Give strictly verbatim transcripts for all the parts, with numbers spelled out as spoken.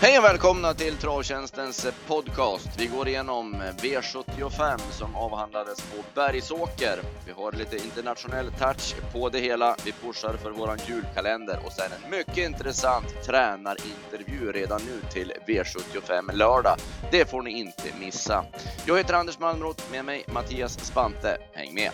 Hej och välkomna till Travtjänstens podcast. Vi går igenom V sjuttiofem som avhandlades på Bergsåker. Vi har lite internationell touch på det hela. Vi pushar för våran julkalender och sen en mycket intressant tränarintervju redan nu till V sjuttiofem lördag. Det får ni inte missa. Jag heter Anders Malmroth, med mig Mattias Spante. Häng med!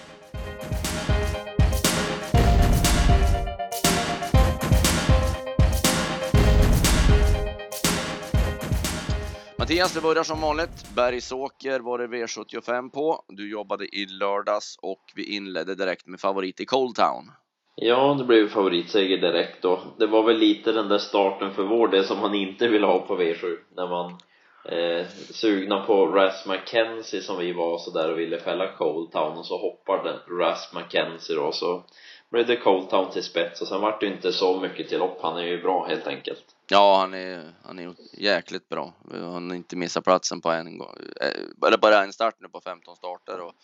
Mattias, det börjar som vanligt. Bergsåker var det V sjuttiofem på. Du jobbade i lördags och vi inledde direkt med favorit i Cold Town. Ja, det blev favoritseger direkt då. Det var väl lite den där starten för vår, det som man inte ville ha på V sju. När man eh, sugna på Ras McKenzie som vi var så där och ville fälla Cold Town. Och så hoppade Ras McKenzie då, så blev det Cold Town till spets. Och sen var det inte så mycket till lopp. Han är ju bra helt enkelt. Ja, han är, han är jäkligt bra. Han har inte missat platsen på en gång. Eller bara en start nu på femton starter. Och,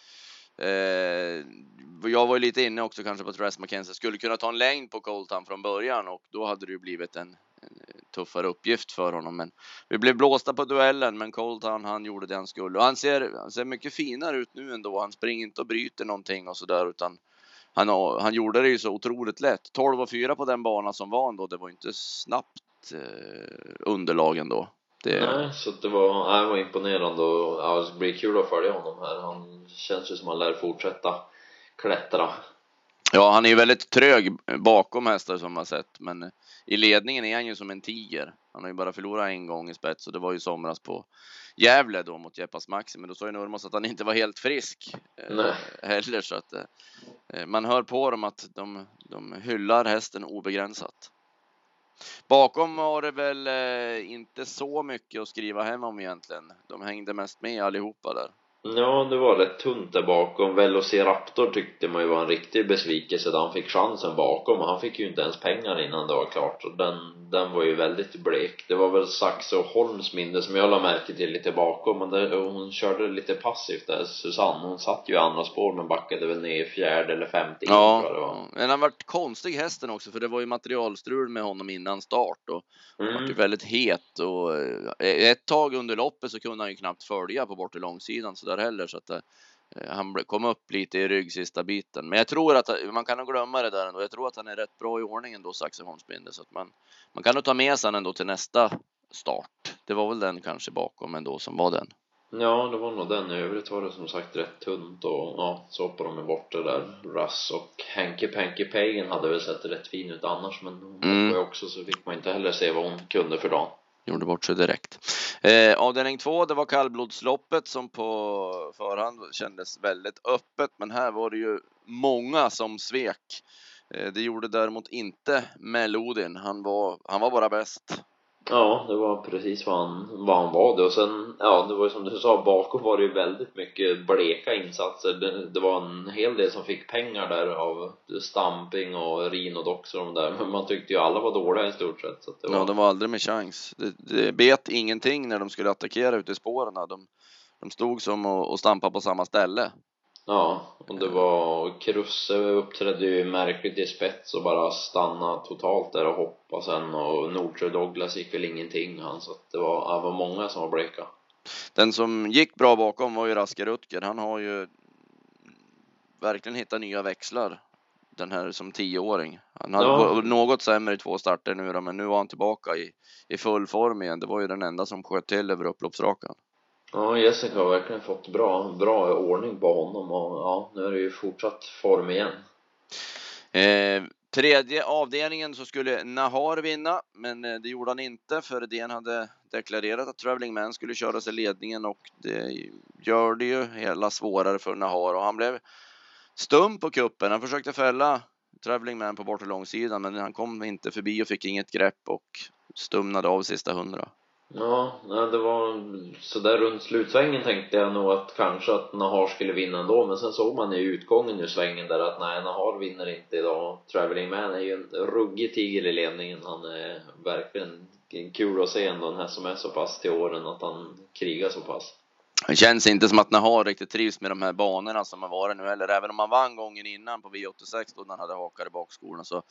eh, jag var ju lite inne också kanske på att Ras McKenzie skulle kunna ta en längd på Cold Town från början. Och då hade det ju blivit en, en tuffare uppgift för honom. Men vi blev blåsta på duellen, men Cold Town, han gjorde det han skulle. Och han ser, han ser mycket finare ut nu ändå. Han springer inte och bryter någonting och sådär, utan han, han gjorde det ju så otroligt lätt. tolv och fyra på den banan som var ändå. Det var inte snabbt underlagen då. Det... Nej, så det var, jag var imponerande och ja, det blir kul att följa honom här. Han känns ju som han lär fortsätta klättra. Ja, han är ju väldigt trög bakom hästar som man sett, men i ledningen är han ju som en tiger. Han har ju bara förlorat en gång i spets, och det var ju somras på Gävle då mot Jeppes Maxi, men då sa ju Nurmos att han inte var helt frisk. Nej. Heller, så att eh, man hör på dem att de, de hyllar hästen obegränsat. Bakom var det väl eh, inte så mycket att skriva hem om egentligen. De hängde mest med allihopa där. Ja, det var rätt tunt där bakom. Velociraptor tyckte man ju var en riktig besvikelse där han fick chansen bakom. Och han fick ju inte ens pengar innan det var klart. Och den, den var ju väldigt blek. Det var väl Saxe och Holms mindre som jag la märke till lite bakom. Men det, hon körde lite passivt där, Susanne. Hon satt ju i andra spår men backade väl ner i fjärde eller femte. Ja, in, tror jag det var. Men han varit konstig hästen också, för det var ju materialstrul med honom innan start. Och mm. han var ju väldigt het. Och ett tag under loppet så kunde han ju knappt följa på bort i långsidan så där heller, så att eh, han kom upp lite i rygg sista biten. Men jag tror att man kan nog glömma det där ändå. Jag tror att han är rätt bra i ordningen då, Saxe Holmsbinde, så att man, man kan nog ta med sig han ändå till nästa start. Det var väl den kanske bakom ändå som var den. Ja, det var nog den. I övrigt var det som sagt rätt tunt. Och ja, så på dem är borta där. Russ och Henke Penke Pagan hade väl sett rätt fin ut annars. Men hon mm. var också, så fick man inte heller se vad hon kunde för dagen. Gjorde bort sig direkt. Eh, avdelning två, det var kallblodsloppet som på förhand kändes väldigt öppet. Men här var det ju många som svek. Eh, det gjorde däremot inte Melodin. Han var, han var bara bäst. Ja, det var precis vad han, vad han var det. Och sen, ja, det var ju som du sa, bakom var det ju väldigt mycket bleka insatser. Det, det var en hel del som fick pengar där av Stamping och Rhinodox och de där. Men man tyckte ju alla var dåliga i stort sett, så att det var... Ja, de var aldrig med chans. Det, det bet ingenting när de skulle attackera ute i spåren. De, de stod som och, och stampade på samma ställe. Ja, och det var Krusse uppträdde ju märkligt i spets och bara stanna totalt där och hoppa sen. Och Nordsjö Douglas gick väl ingenting han, så att det var, det var många som var bleka. Den som gick bra bakom var ju Raske Rutger. Han har ju verkligen hittat nya växlar, den här som tioåring. Han hade ja. något sämre i två starter nu då, men nu var han tillbaka i, i full form igen. Det var ju den enda som sköt till över upploppsrakan. Ja, Jessica har verkligen fått bra, bra ordning på honom. Och ja, nu är det ju fortsatt form igen. Eh, tredje avdelningen så skulle Nahar vinna, men det gjorde han inte, för den hade deklarerat att Traveling Man skulle köra sig ledningen, och det gör det ju hela svårare för Nahar. Och han blev stum på kuppen. Han försökte fälla Traveling Man på bortre långsidan, men han kom inte förbi och fick inget grepp och stumnade av sista hundra. Ja, det var så där runt slutsvängen tänkte jag nog att kanske att Nahar skulle vinna ändå. Men sen såg man i utgången i svängen där att nej, Nahar vinner inte idag. Traveling Man är ju en ruggig tiger i ledningen. Han är verkligen kul att se ändå, den här som är så pass till åren, att han krigar så pass. Det känns inte som att Nahar riktigt trivs med de här banorna som har varit nu heller. Även om han vann gången innan på V åttiosex då han hade hakar i bakskorna, så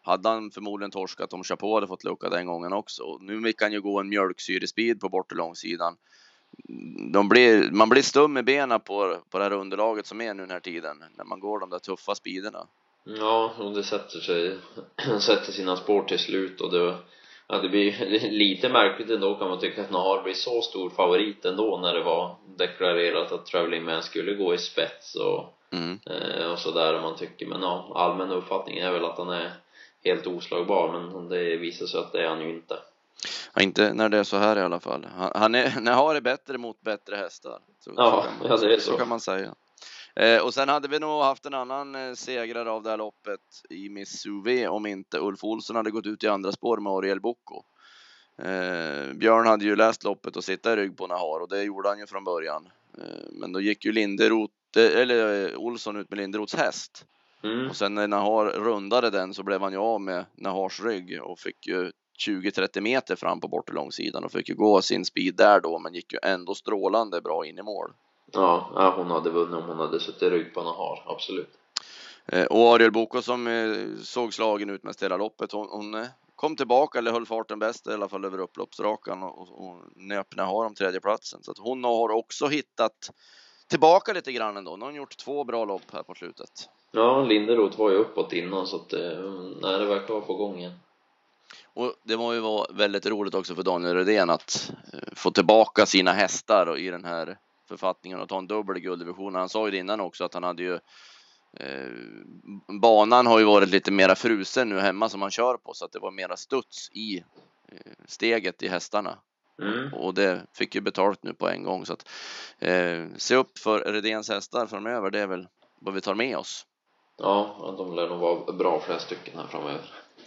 hade han förmodligen torskat om Chapeau hade fått lucka den gången också. Och nu kan ju gå en mjölksyrespid på bortre långsidan. De blir, man blir stum i benen på, på det här underlaget som är nu den här tiden, när man går de där tuffa speederna. Ja, och det sätter sig sätter sina spår till slut. Och det, ja, det blir lite märkligt ändå, kan man tycka, att Nahar blir så stor favorit ändå, när det var deklarerat att Traveling Man skulle gå i spets och, mm. eh, och sådär, man tycker. Men ja, allmän uppfattning är väl att han är helt oslagbar, men det visar sig att det är han ju inte. Ja, inte när det är så här i alla fall. Han, han är, Nahar är bättre mot bättre hästar. Så, ja, så, man, ja, det är så. så kan man säga. Eh, och sen hade vi nog haft en annan eh, segrare av det här loppet i Miss U V om inte Ulf Olsson hade gått ut i andra spår med Ariel Bocco. Eh, Björn hade ju läst loppet och sitta i rygg på Nahar, och det gjorde han ju från början. Eh, men då gick ju Linderoth, eller eh, Olsson ut med Linderoths häst. Mm. Och sen när Nahar rundade den så blev han ju av med Nahars rygg och fick ju tjugo till trettio meter fram på bortre långsidan och fick ju gå sin speed där då, men gick ju ändå strålande bra in i mål. Ja, ja, hon hade vunnit om hon hade suttit rygg på Nahar, absolut. Eh, och Ariel Bocco som eh, såg slagen ut med hela loppet, hon, hon eh, kom tillbaka, eller höll farten bäst i alla fall över upploppsrakan, och, och, och nöp Nahar om tredje platsen. Så att hon har också hittat tillbaka lite grann ändå. Hon har gjort två bra lopp här på slutet. Ja, Linderoth var ju uppåt innan, så att eh, nej, det verkar vara på gången. Och det må ju vara väldigt roligt också för Daniel Redén att eh, få tillbaka sina hästar i den här författningen och ta en dubbel gulddivision. Han sa ju det innan också att han hade ju eh, banan har ju varit lite mera frusen nu hemma som han kör på, så att det var mera studs i eh, steget i hästarna. Mm. Och det fick ju betalt nu på en gång, så att eh, se upp för Redéns hästar framöver, det är väl vad vi tar med oss. Ja, de lär nog vara bra flera stycken här framöver.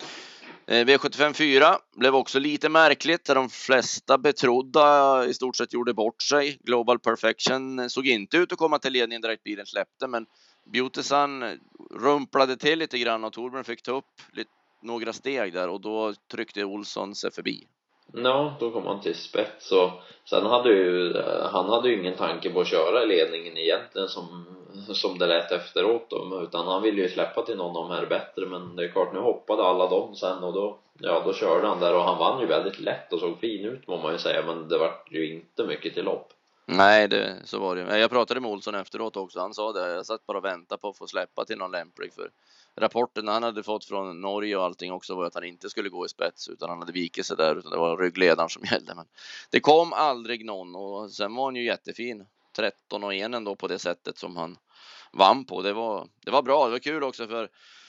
V sjuttiofem fyra blev också lite märkligt, där de flesta betrodda i stort sett gjorde bort sig. Global Perfection såg inte ut att komma till ledningen direkt bilen släppte, men Beauty Sun rumplade till lite grann och Torbjörn fick ta upp lite, några steg där, och då tryckte Olsson sig förbi. Ja, då kom han till spets, och sen hade ju han hade ju ingen tanke på att köra i ledningen egentligen, som, som det lät efteråt då, utan han ville ju släppa till någon av de här bättre, men det är klart, nu hoppade alla dem sen, och då, ja, då körde han där, och han vann ju väldigt lätt och såg fin ut, må man ju säga, men det var ju inte mycket till lopp. Nej, det, så var det. Jag pratade med Olsson efteråt också, han sa det, jag satt bara och väntade på att få släppa till någon lämplig, för rapporten han hade fått från Norge och allting också var att han inte skulle gå i spets, utan han hade vikit sig där, utan det var ryggledaren som gällde. Men det kom aldrig någon, och sen var han ju jättefin, tretton och en ändå på det sättet som han vann på. Det var, det var bra, det var kul också för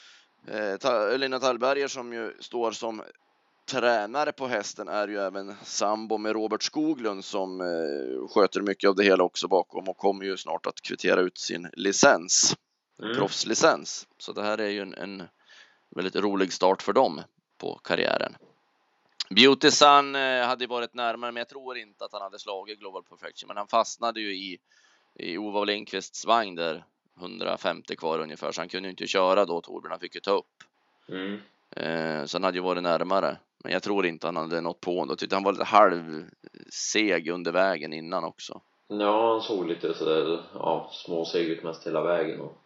eh, Lina Tallberger, som ju står som tränare på hästen, är ju även sambo med Robert Skoglund, som eh, sköter mycket av det hela också bakom, och kommer ju snart att kvittera ut sin licens. Mm. Proffslicens. Så det här är ju en, en väldigt rolig start för dem på karriären. Beauty Sun eh, hade varit närmare, men jag tror inte att han hade slagit Global Perfection, men han fastnade ju i, i Ova Lindqvists vagn där, hundrafemtio kvar ungefär, så han kunde ju inte köra då, Torbjörn, han fick ju ta upp. Mm. Eh, så han hade ju varit närmare, men jag tror inte han hade nått på ändå. Tyckte han var lite halv seg under vägen innan också. Ja, han såg lite sådär, ja, småseg ut mest hela vägen. Och...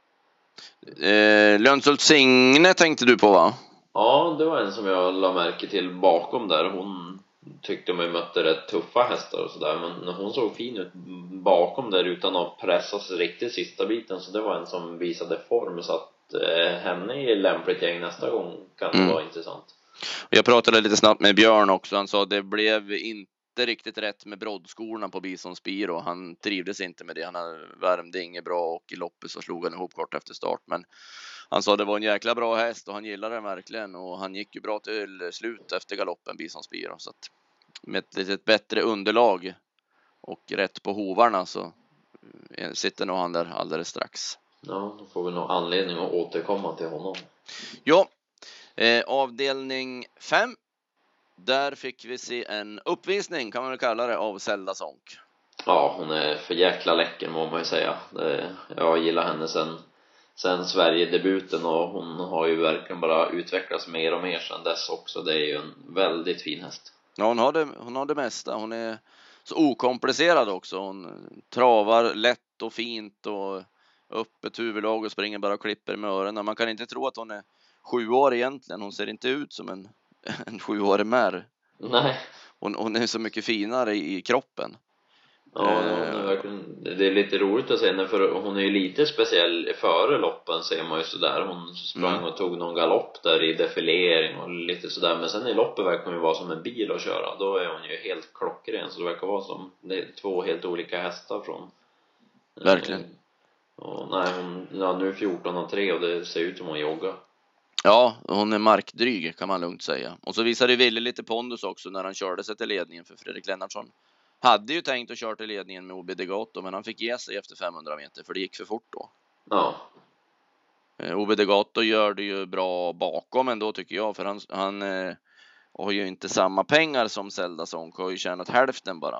Eh, Lönshult Signe tänkte du på, va? Ja, det var en som jag la märke till bakom där. Hon tyckte man mötte rätt tuffa hästar och sådär, men hon såg fin ut bakom där utan att pressas riktigt sista biten, så det var en som visade form, så att eh, henne i lämpligt gäng nästa gång kan det mm. vara intressant. Jag pratade lite snabbt med Björn också, han sa att det blev inte riktigt rätt med broddskorna på Bison Spiro. Han trivdes inte med det, han värmde inget bra, och i loppet så slog han ihop kort efter start, men han sa att det var en jäkla bra häst och han gillade den verkligen, och han gick ju bra till slut efter galoppen Bison Spiro, så att med ett litet bättre underlag och rätt på hovarna så sitter nog han där alldeles strax. Ja, då får vi nog anledning att återkomma till honom. Ja, eh, avdelning fem. Där fick vi se en uppvisning, kan man väl kalla det, av Zelda Sonk. Ja, hon är för jäkla läcker, må man ju säga. Det, jag gillar henne sen, sen Sverige-debuten, och hon har ju verkligen bara utvecklats mer och mer sedan dess också. Det är ju en väldigt fin häst. Ja, hon har det, hon har det mesta. Hon är så okomplicerad också. Hon travar lätt och fint och öppet huvudlag och springer bara och klipper med öronen. Man kan inte tro att hon är sju år egentligen. Hon ser inte ut som en, en sjuårig mär. Nej. Hon, hon är så mycket finare i, i kroppen. Ja, hon är verkligen, det är lite roligt att se henne, för hon är ju lite speciell före loppen, ser man ju sådär. Hon sprang Mm. och tog någon galopp där i defilering och lite sådär. Men sen i loppet verkar hon ju vara som en bil att köra. Då är hon ju helt klockren. Så det verkar vara som, det är två helt olika hästar från. Verkligen. Eh, och nej, hon, ja, nu är fjorton och tre och det ser ut som hon joggar. Ja, hon är markdryg kan man lugnt säga. Och så visade Ville lite pondus också när han körde sig till ledningen, för Fredrik Lennartsson hade ju tänkt att köra till ledningen med O B de Gato, men han fick ge sig efter femhundra meter för det gick för fort då. Ja. Eh, O B de Gato gör det ju bra bakom ändå tycker jag, för han, han eh, har ju inte samma pengar som Zelda Sonk, har ju tjänat hälften bara.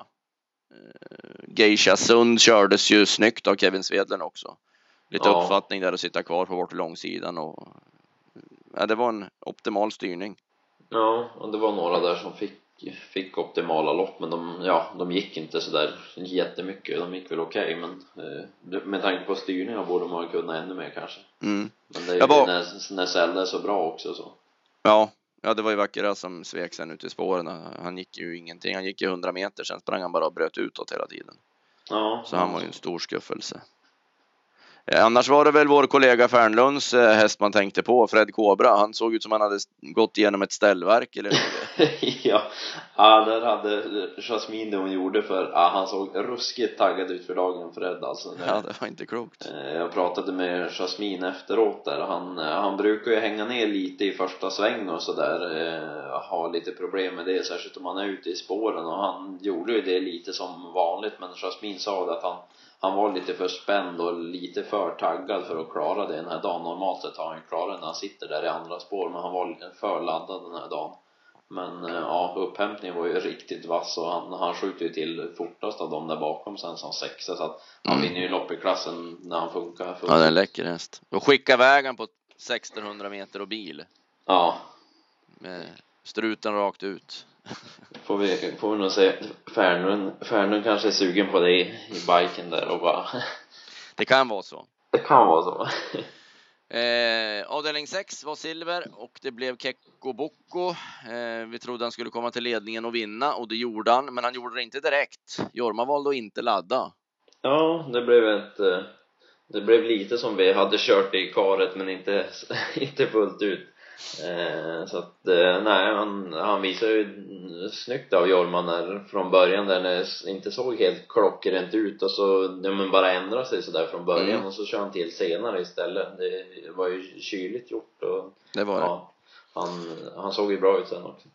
Eh, Geisha Sund kördes ju snyggt av Kevin Svedlen också. Lite Ja. uppfattning där att sitta kvar på bort långsidan och ja, det var en optimal styrning. Ja, och det var några där som fick, fick optimala lopp, men de, ja, de gick inte så där jättemycket. De gick väl okej, okay, men eh, med tanke på styrningen borde man kunna ännu mer kanske. Mm. Men det är ju bara... när, när Zelda är så bra också så. Ja, ja, det var ju Vackra som svek sen ut i spåren. Han gick ju ingenting. Han gick ju hundra meter, sen sprang han bara och bröt utåt hela tiden. Ja, så han var ju en stor skuffelse. Eh, annars var det väl vår kollega Fernlunds eh, häst man tänkte på, Fred Cobra. Han såg ut som han hade gått igenom ett ställverk eller något. ja, ja, där hade Jasmine det hon gjorde, för ja, han såg ruskigt taggad ut för dagen, Fred alltså. Ja, det var inte klokt. Eh, jag pratade med Jasmine efteråt där. Han, han brukar ju hänga ner lite i första sväng och sådär, eh, ha lite problem med det, särskilt om han är ute i spåren, och han gjorde ju det lite som vanligt, men Jasmine sa att han Han var lite för spänd och lite för taggad för att klara det den här dagen. Normalt sett har han klarat när han sitter där i andra spår, men han var lite för laddad den här dagen. Men ja, upphämtningen var ju riktigt vass, och han, han skjuter ju till fortast av dem där bakom sen som sexa, så att han Mm. vinner ju lopp i klassen när han funkar. Ja, det är en läcker häst. Och skicka vägen på sextonhundra meter och bil. Ja. Med struten rakt ut. Får vi, får vi nog se. Fernlund, Fernlund kanske är sugen på det i, i biken där och bara... Det kan vara så. Det kan vara så. Eh, avdelning sex var silver och det blev Kekko Bocco. Eh, vi trodde han skulle komma till ledningen och vinna, och det gjorde han, men han gjorde det inte direkt. Jorma valde att inte ladda. Ja, det blev ett... Det blev lite som vi hade kört i karet, men inte, inte fullt ut. Eh, så att, eh, nej, han, han visar ju snyggt av Jorma när, från början där det inte såg helt klockrent ut, och så ja, men bara ändra sig så där från början, mm. och så kör han till senare istället. Det var ju kyligt gjort, och det var det. Ja, han, han såg ju bra ut sen också.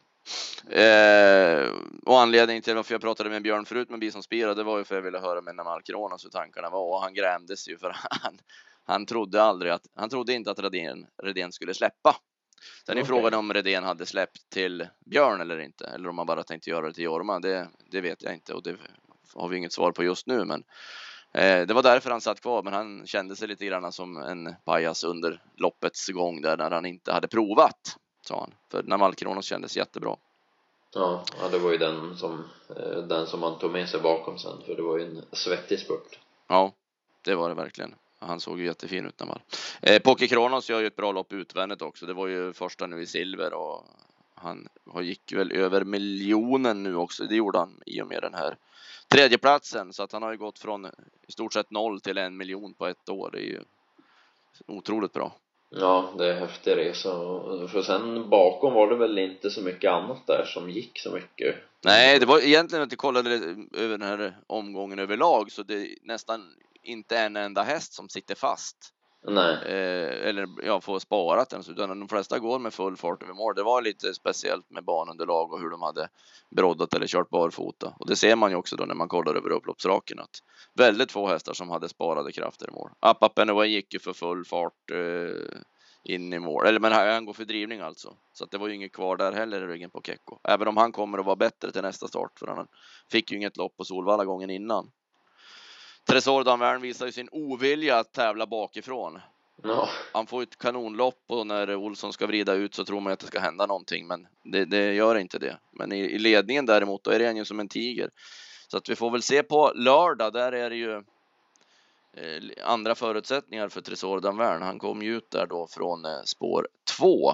Eh, och anledningen till varför jag pratade med Björn förut med Bison Spira, det var ju för att jag ville höra med Namal Kronos hur tankarna var, och han grämdes ju för han, han trodde aldrig att, han trodde inte att Redén, Redén skulle släppa. Sen är Okay. frågan om Redén hade släppt till Björn eller inte, eller om han bara tänkte göra det till Jorma, det, det vet jag inte, och det har vi inget svar på just nu, men eh, det var därför han satt kvar. Men han kände sig lite grann som en pajas under loppets gång där, när han inte hade provat, sa han, för Namal Kronos kändes jättebra. Ja, ja, det var ju den som, den som man tog med sig bakom sen, för det var ju en svettig spurt. Ja, det var det verkligen. Han såg ju jättefin ut när man. Eh, Poké Kronos gör ju ett bra lopp utvändigt också. Det var ju första nu i silver, och han gick väl över miljonen nu också. Det gjorde han i och med den här tredjeplatsen, så att han har ju gått från i stort sett noll till en miljon på ett år. Det är ju otroligt bra. Ja, det är häftig resa. För sen bakom var det väl inte så mycket annat där som gick så mycket. Nej, det var egentligen att jag kollade över den här omgången överlag, så det är nästan inte en enda häst som sitter fast. Nej. Eh, eller ja, får sparat den, utan de flesta går med full fart över mål. Det var lite speciellt med banunderlag och hur de hade broddat eller kört barfota. Och det ser man ju också då när man kollar över upploppsraken, att väldigt få hästar som hade sparade krafter i mål. Up Up and Away gick ju för full fart eh, in i mål. Eller men han går för drivning alltså. Så att det var ju inget kvar där heller i ryggen på Kekko. Även om han kommer att vara bättre till nästa start, för han fick ju inget lopp på Solvalla gången innan. Tresor Danvern visar ju sin ovilja att tävla bakifrån. No. Han får ett kanonlopp, och när Olsson ska vrida ut så tror man att det ska hända någonting, men det, det gör inte det. Men i, i ledningen däremot, då är det ju som en tiger. Så att vi får väl se på lördag, där är det ju eh, andra förutsättningar för Tresor Danvern. Han kom ju ut där då från eh, spår två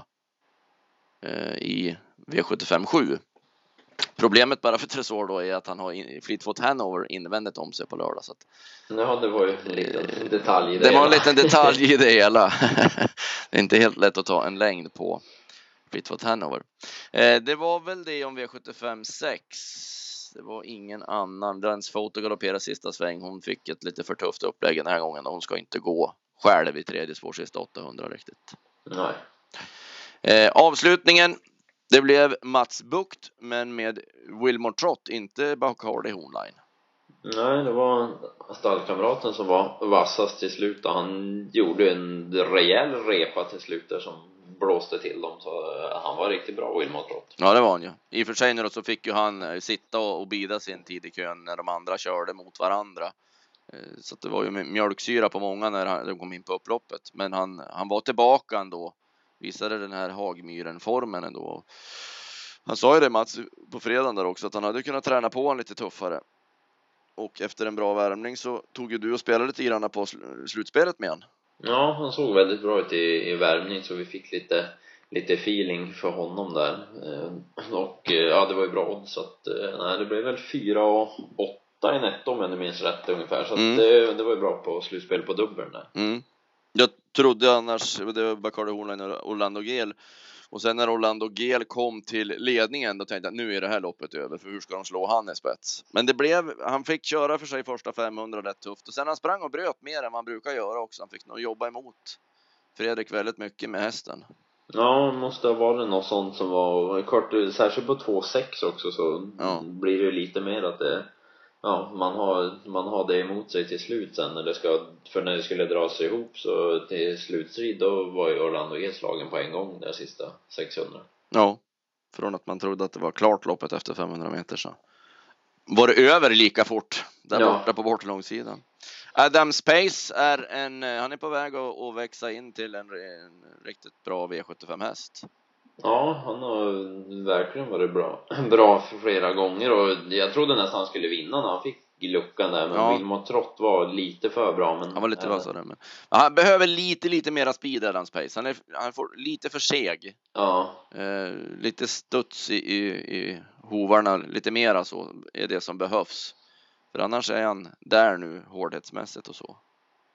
eh, i V sjuttiofem sju. Problemet bara för Tresor då är att han har in, Fleetfoot Hanover invändigt om sig på lördag. Så att, ja, det var ju en liten detalj i det. Det var en liten detalj i det hela. Det är inte helt lätt att ta en längd på Fleetfoot Hanover. Eh, det var väl det om V sjuttiofem sex. Det var ingen annan. Drance Photo galopperade sista sväng. Hon fick ett lite för tufft upplägg den här gången. Hon ska inte gå själv i tredje spår sista åttahundra riktigt. Nej. Eh, avslutningen. Det blev Mats Bucht, men med Wilmore Trott, inte Bacardi Hornline. Nej, det var stallkamraten som var vassast till slut. Han gjorde en rejäl repa till slut där som blåste till dem. Så han var riktigt bra, Wilmore Trott. Ja, det var han ju. I och för sig nu då så fick ju han sitta och, och bida sin tid i kön när de andra körde mot varandra. Så att det var ju mjölksyra på många när han, de kom in på upploppet. Men han, han var tillbaka ändå. Visade den här Hagmyren-formen ändå. Han sa ju det, Mats, på fredagen där också, att han hade kunnat träna på han lite tuffare. Och efter en bra värmning så tog ju du och spelade lite grann på slutspelet med han. Ja, han såg väldigt bra ut i, i värmning, så vi fick lite, lite feeling för honom där. Och ja, det var ju bra odds, så att nej, det blev väl fyra och åtta i netto om jag nu minns rätt ungefär. Så att mm. det, det var ju bra på slutspel på dubbeln där. Mm. Jag trodde annars, det var Bacardi Hornline och Orlando Gel. Och sen när Orlando Gel kom till ledningen, då tänkte jag att nu är det här loppet över. För hur ska de slå han i spets? Men det blev, han fick köra för sig första femhundra rätt tufft. Och sen han sprang och bröt mer än man brukar göra också. Han fick nog jobba emot Fredrik väldigt mycket med hästen. Ja, måste ha varit något sånt som var kort, särskilt på två sex också, så ja. Blir det ju lite mer att det, ja, man har, man har det emot sig till slut sen när det ska, för när det skulle dra sig ihop så till slutstrid, då var ju Orlando E slagen på en gång där sista sexhundra. Ja, från att man trodde att det var klart loppet efter femhundra meter så var det över lika fort där ja. Borta på bortlångssidan. Adam Space är en, han är på väg att, att växa in till en, en riktigt bra V sjuttiofem häst. Ja, han har verkligen varit bra bra för flera gånger, och jag trodde nästan han skulle vinna när han fick luckan där, men ja. Wilmore Trott var lite för bra, men han var lite vassare, men han behöver lite lite mera speed Adam Space. Han är han får lite för seg. Ja. Eh, lite studs i, i, i hovarna, lite mera så är det som behövs. För annars är han där nu hårdhetsmässigt och så.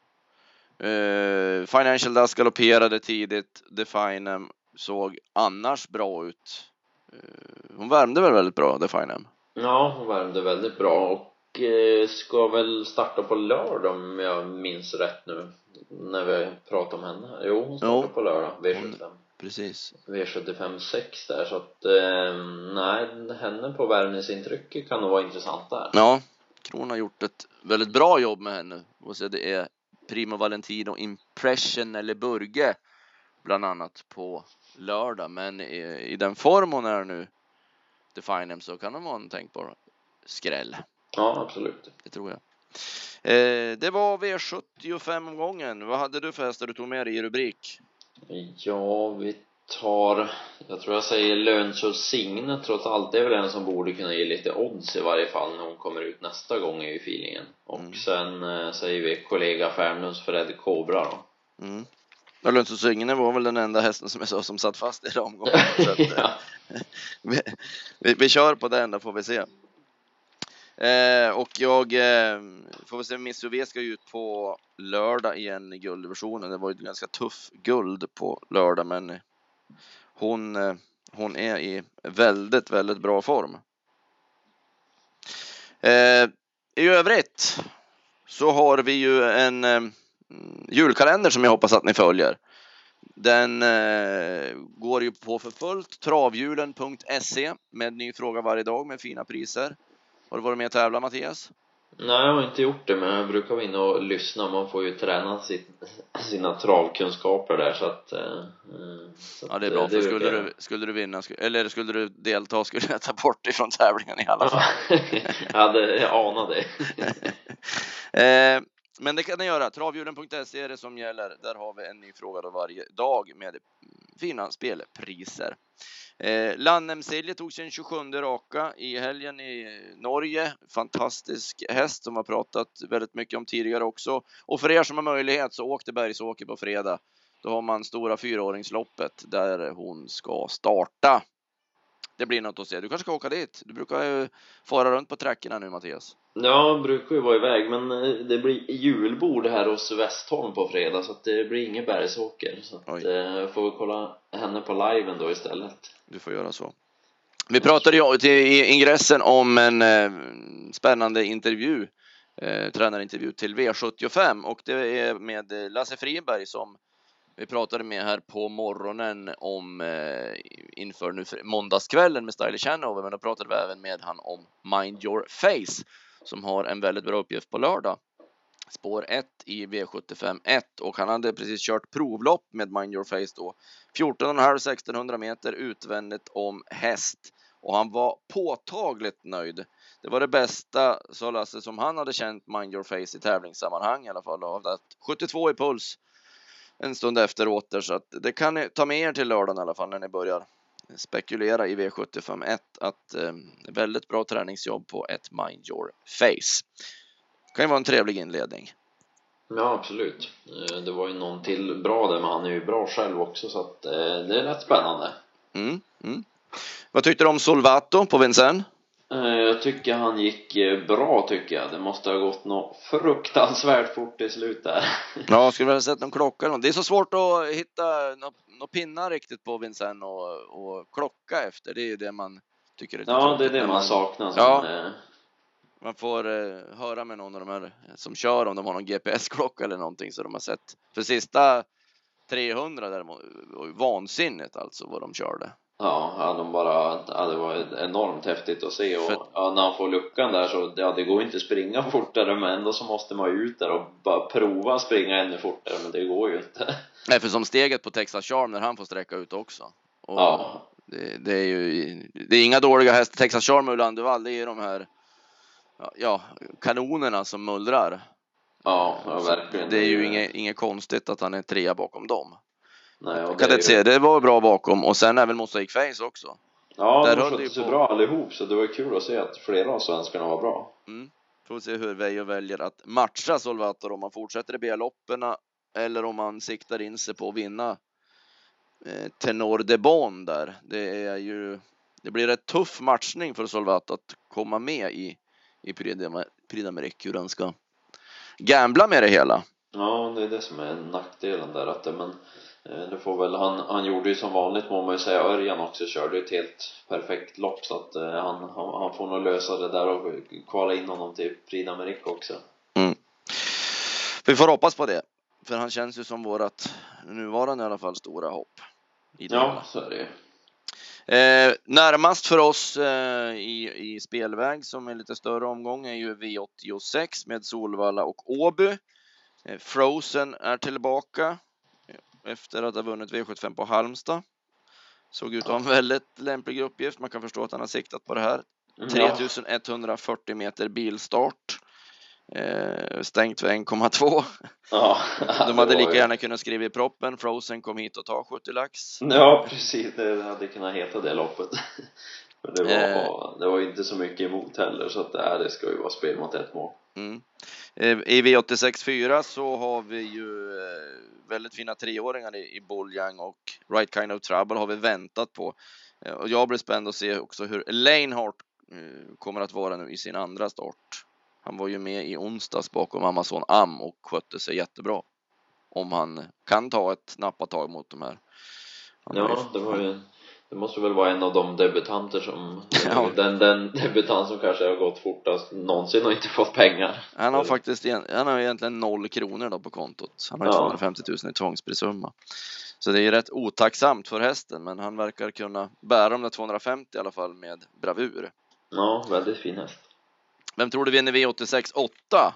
Eh, Financial Dust galopperade tidigt. Definem såg annars bra ut. Eh, hon värmde väl väldigt bra, Definem. Ja, hon värmde väldigt bra och eh, ska väl starta på lördag om jag minns rätt nu när vi pratar om henne. Jo, hon startar jo. på lördag, V sjuttiofem. Precis. V sjuttiofem sex där, så att eh, nej, henne på värmningsintrycket kan nog vara intressant där. Ja, Kron har gjort ett väldigt bra jobb med henne. Och så det är Primo Valentino Impression eller Burge bland annat på lördag, men i, i den form hon är nu, Definem, så kan de vara en tänkbar skräll. Ja, absolut. Det tror jag. Eh, det var V sjuttiofem-omgången. Vad hade du för hästar du tog med dig i rubrik? Ja, vi tar, jag tror jag säger Lönso Signe, trots allt det är väl en som borde kunna ge lite odds i varje fall när hon kommer ut nästa gång i feelingen. Och mm. sen eh, säger vi kollega Fernlunds Fred Cobra då. Mm. Ja, Lönso Signe var väl den enda hästen som jag sa som satt fast i den omgången. Så att, ja. vi, vi, vi kör på den, då får vi se. Eh, och jag eh, får väl se, Miss U V ska ut på lördag igen i guldversionen. Det var ju ett ganska tuff guld på lördag, men hon, eh, hon är i väldigt, väldigt bra form. Eh, I övrigt så har vi ju en eh, julkalender som jag hoppas att ni följer. Den eh, går ju på för fullt, travhjulen punkt se, med ny fråga varje dag med fina priser. Har du varit med och tävla, Mattias? Nej, jag har inte gjort det, men jag brukar vara inne och lyssna. Man får ju träna sitt, sina travkunskaper där, så att, eh, så ja, det är bra, det, för det skulle, du, skulle du vinna, eller skulle du delta, skulle jag ta bort ifrån tävlingen i alla fall. jag hade anat det. eh, men det kan ni göra. travhjulen punkt se är det som gäller. Där har vi en ny fråga då varje dag med fina spelpriser. Eh, Lannemsilje tog sin tjugosjunde raka i helgen i Norge. Fantastisk häst som har pratat väldigt mycket om tidigare också. Och för er som har möjlighet så åk till Bergsåker på fredag. Då har man stora fyraåringsloppet där hon ska starta. Det blir något att se. Du kanske ska åka dit. Du brukar ju fara runt på träckorna nu, Mattias. Ja, jag brukar ju vara iväg, men det blir julbord här hos Westholm på fredag, så att det blir ingen Bergsåker. Så att jag får kolla henne på liven då istället. Du får göra så. Vi pratade ju till ingressen om en eh, spännande intervju, eh, tränarintervju till V sjuttiofem, och det är med Lasse Friberg som vi pratade med här på morgonen om eh, inför nu måndagskvällen med Stylish Hanover, men då pratade vi även med han om Mind Your Face som har en väldigt bra uppgift på lördag. Spår ett i V sjuttiofem ett, och han hade precis kört provlopp med Mind Your Face då. fjorton komma fem sextonhundra meter utvändigt om häst, och han var påtagligt nöjd. Det var det bästa, sa Lasse, som han hade känt Mind Your Face i tävlingssammanhang i alla fall. Av det sjuttiotvå i puls en stund efteråt, så att det kan ni ta med er till lördagen i alla fall när ni börjar spekulera i V sjuttiofem ett, att eh, väldigt bra träningsjobb på ett Mind Your Face. Det kan ju vara en trevlig inledning. Ja, absolut. Det var ju någon till bra där, men han är ju bra själv också, så att eh, det är rätt spännande. Mm, mm. Vad tyckte du om Solvato på Vincennes? Jag tycker han gick bra, tycker jag. Det måste ha gått något fruktansvärt fort i slut där. Ja, skulle väl ha sett någon klocka eller något. Det är så svårt att hitta några pinnar riktigt på Vincennes och, och klocka efter. Det är ju det man tycker är lite Ja, tråkigt, det är det man, man saknar. Som, ja, eh... man får eh, höra med någon av de här som kör, om de har någon G P S-klocka eller någonting så de har sett. För sista trehundra däremot var ju vansinnigt alltså vad de körde. Ja, ja, de bara, ja, det var enormt häftigt att se. Och För... ja, när han får luckan där så, ja, det går inte att springa fortare, men ändå så måste man ju ut där och bara prova att springa ännu fortare, men det går ju inte. Nej, för som steget på Texas Charm när han får sträcka ut också. Och ja. det, det är ju, det är inga dåliga hästar. Texas Charm och Ulandevall, det är de här ja, kanonerna som mullrar. Ja, ja verkligen. Det är ju inget, inget konstigt att han är trea bakom dem. Nej, och kan det, ju... se, det var bra bakom, och sen även Mosaic Face också. Ja, där de skötte sig på... bra allihop, så det var kul att se att flera av svenskarna var bra. Mm. Får se hur Veijo väljer att matcha Solvator, om man fortsätter i B-lopperna eller om man siktar in sig på att vinna eh, Tenor de Bon där. Det är ju, det blir en tuff matchning för Solvator att komma med i, i Prix d'Amérique, hur den ska gambla med det hela. Ja, det är det som är nackdelen där, att det, men det får väl, han, han gjorde ju som vanligt, må man ju säga, Örjan också körde ett helt perfekt lopp, så att eh, han, han, han får nog lösa det där och kvala in honom till Prix d'Amérique också. Mm. Vi får hoppas på det, för han känns ju som vårat nuvarande i alla fall stora hopp i det. Ja, så är det ju. Eh, närmast för oss eh, i, i spelväg som är lite större omgång är ju V åttiosex med Solvalla och Åby. eh, Frozen är tillbaka efter att ha vunnit V sjuttiofem på Halmstad. Såg ut att ha en väldigt lämplig uppgift. Man kan förstå att han har siktat på det här. tre tusen etthundrafyrtio meter bilstart. Eh, stängt för en komma två. Ja, de hade lika gärna kunnat skriva i proppen. Frozen kom hit och ta sjuttio lax. Ja, precis. Det hade kunnat heta det loppet. För det var, eh. det var inte så mycket emot heller. Så att det, här, det ska ju vara spel mot ett mål. Mm. I V åttiosex fyra så har vi ju väldigt fina treåringar i Boljang, och Right Kind of Trouble har vi väntat på. Och jag blir spänd att se också hur Lanehart kommer att vara nu i sin andra start. Han var ju med i onsdags bakom Amazon Am och skötte sig jättebra. Om han kan ta ett nappatag mot de här. Han ja, det var ju... Det måste väl vara en av de debutanter som ja. den, den debutant som kanske har gått fortast någonsin och inte fått pengar. Han har faktiskt han har egentligen noll kronor då på kontot. Han har ja. tvåhundrafemtio tusen i tvångsprisumma. Så det är ju rätt otacksamt för hästen, men han verkar kunna bära de där tvåhundrafemtio i alla fall med bravur. Ja, väldigt fin häst. Vem tror du vinner V åttiosex åtta?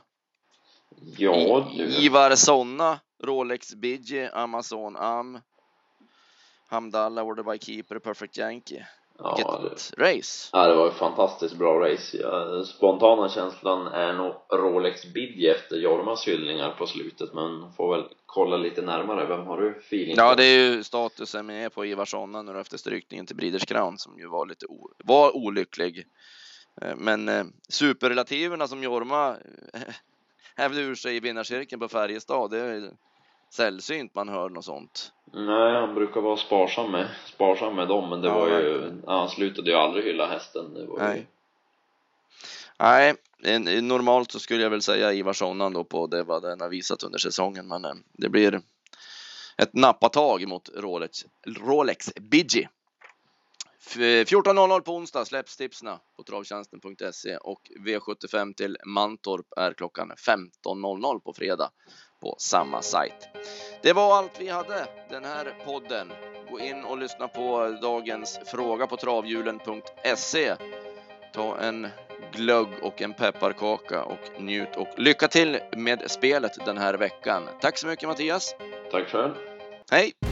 Ja, du. I, Ivar Sonna, Rolex Bidji, Amazon Am, Hamdallah, Order by Keeper, Perfect Yankee. Ja, Vilket det, race. Ja, det var ett fantastiskt bra race. Ja, spontana känslan är nog Rolex Bidje efter Jormas hyllningar på slutet, men får väl kolla lite närmare. Vem har du feeling Ja, på? det är ju statusen med på Ivarsson nu efter strykningen till Breeders Crown, som ju var lite o- var olycklig. Men eh, superrelativerna som Jorma hävde ur sig i vinnarcirkeln på Färjestad, det är sällsynt man hör något sånt. Nej, han brukar vara sparsam med, sparsam med dem, men det Ja, var ju, verkligen. han slutade ju aldrig hylla hästen. Det var Nej. ju... Nej, en, normalt så skulle jag väl säga Ivarsson då på det vad den har visat under säsongen, men eh, det blir ett nappatag mot Rolex, Rolex Bidje. fjorton noll noll på onsdag släpps tipsna på travtjänsten punkt se och V sjuttiofem till Mantorp är klockan femton noll noll på fredag på samma sajt. Det var allt vi hade den här podden. Gå in och lyssna på dagens fråga på travhjulen punkt se. Ta en glögg och en pepparkaka och njut och lycka till med spelet den här veckan. Tack så mycket Mattias. Tack själv. Hej!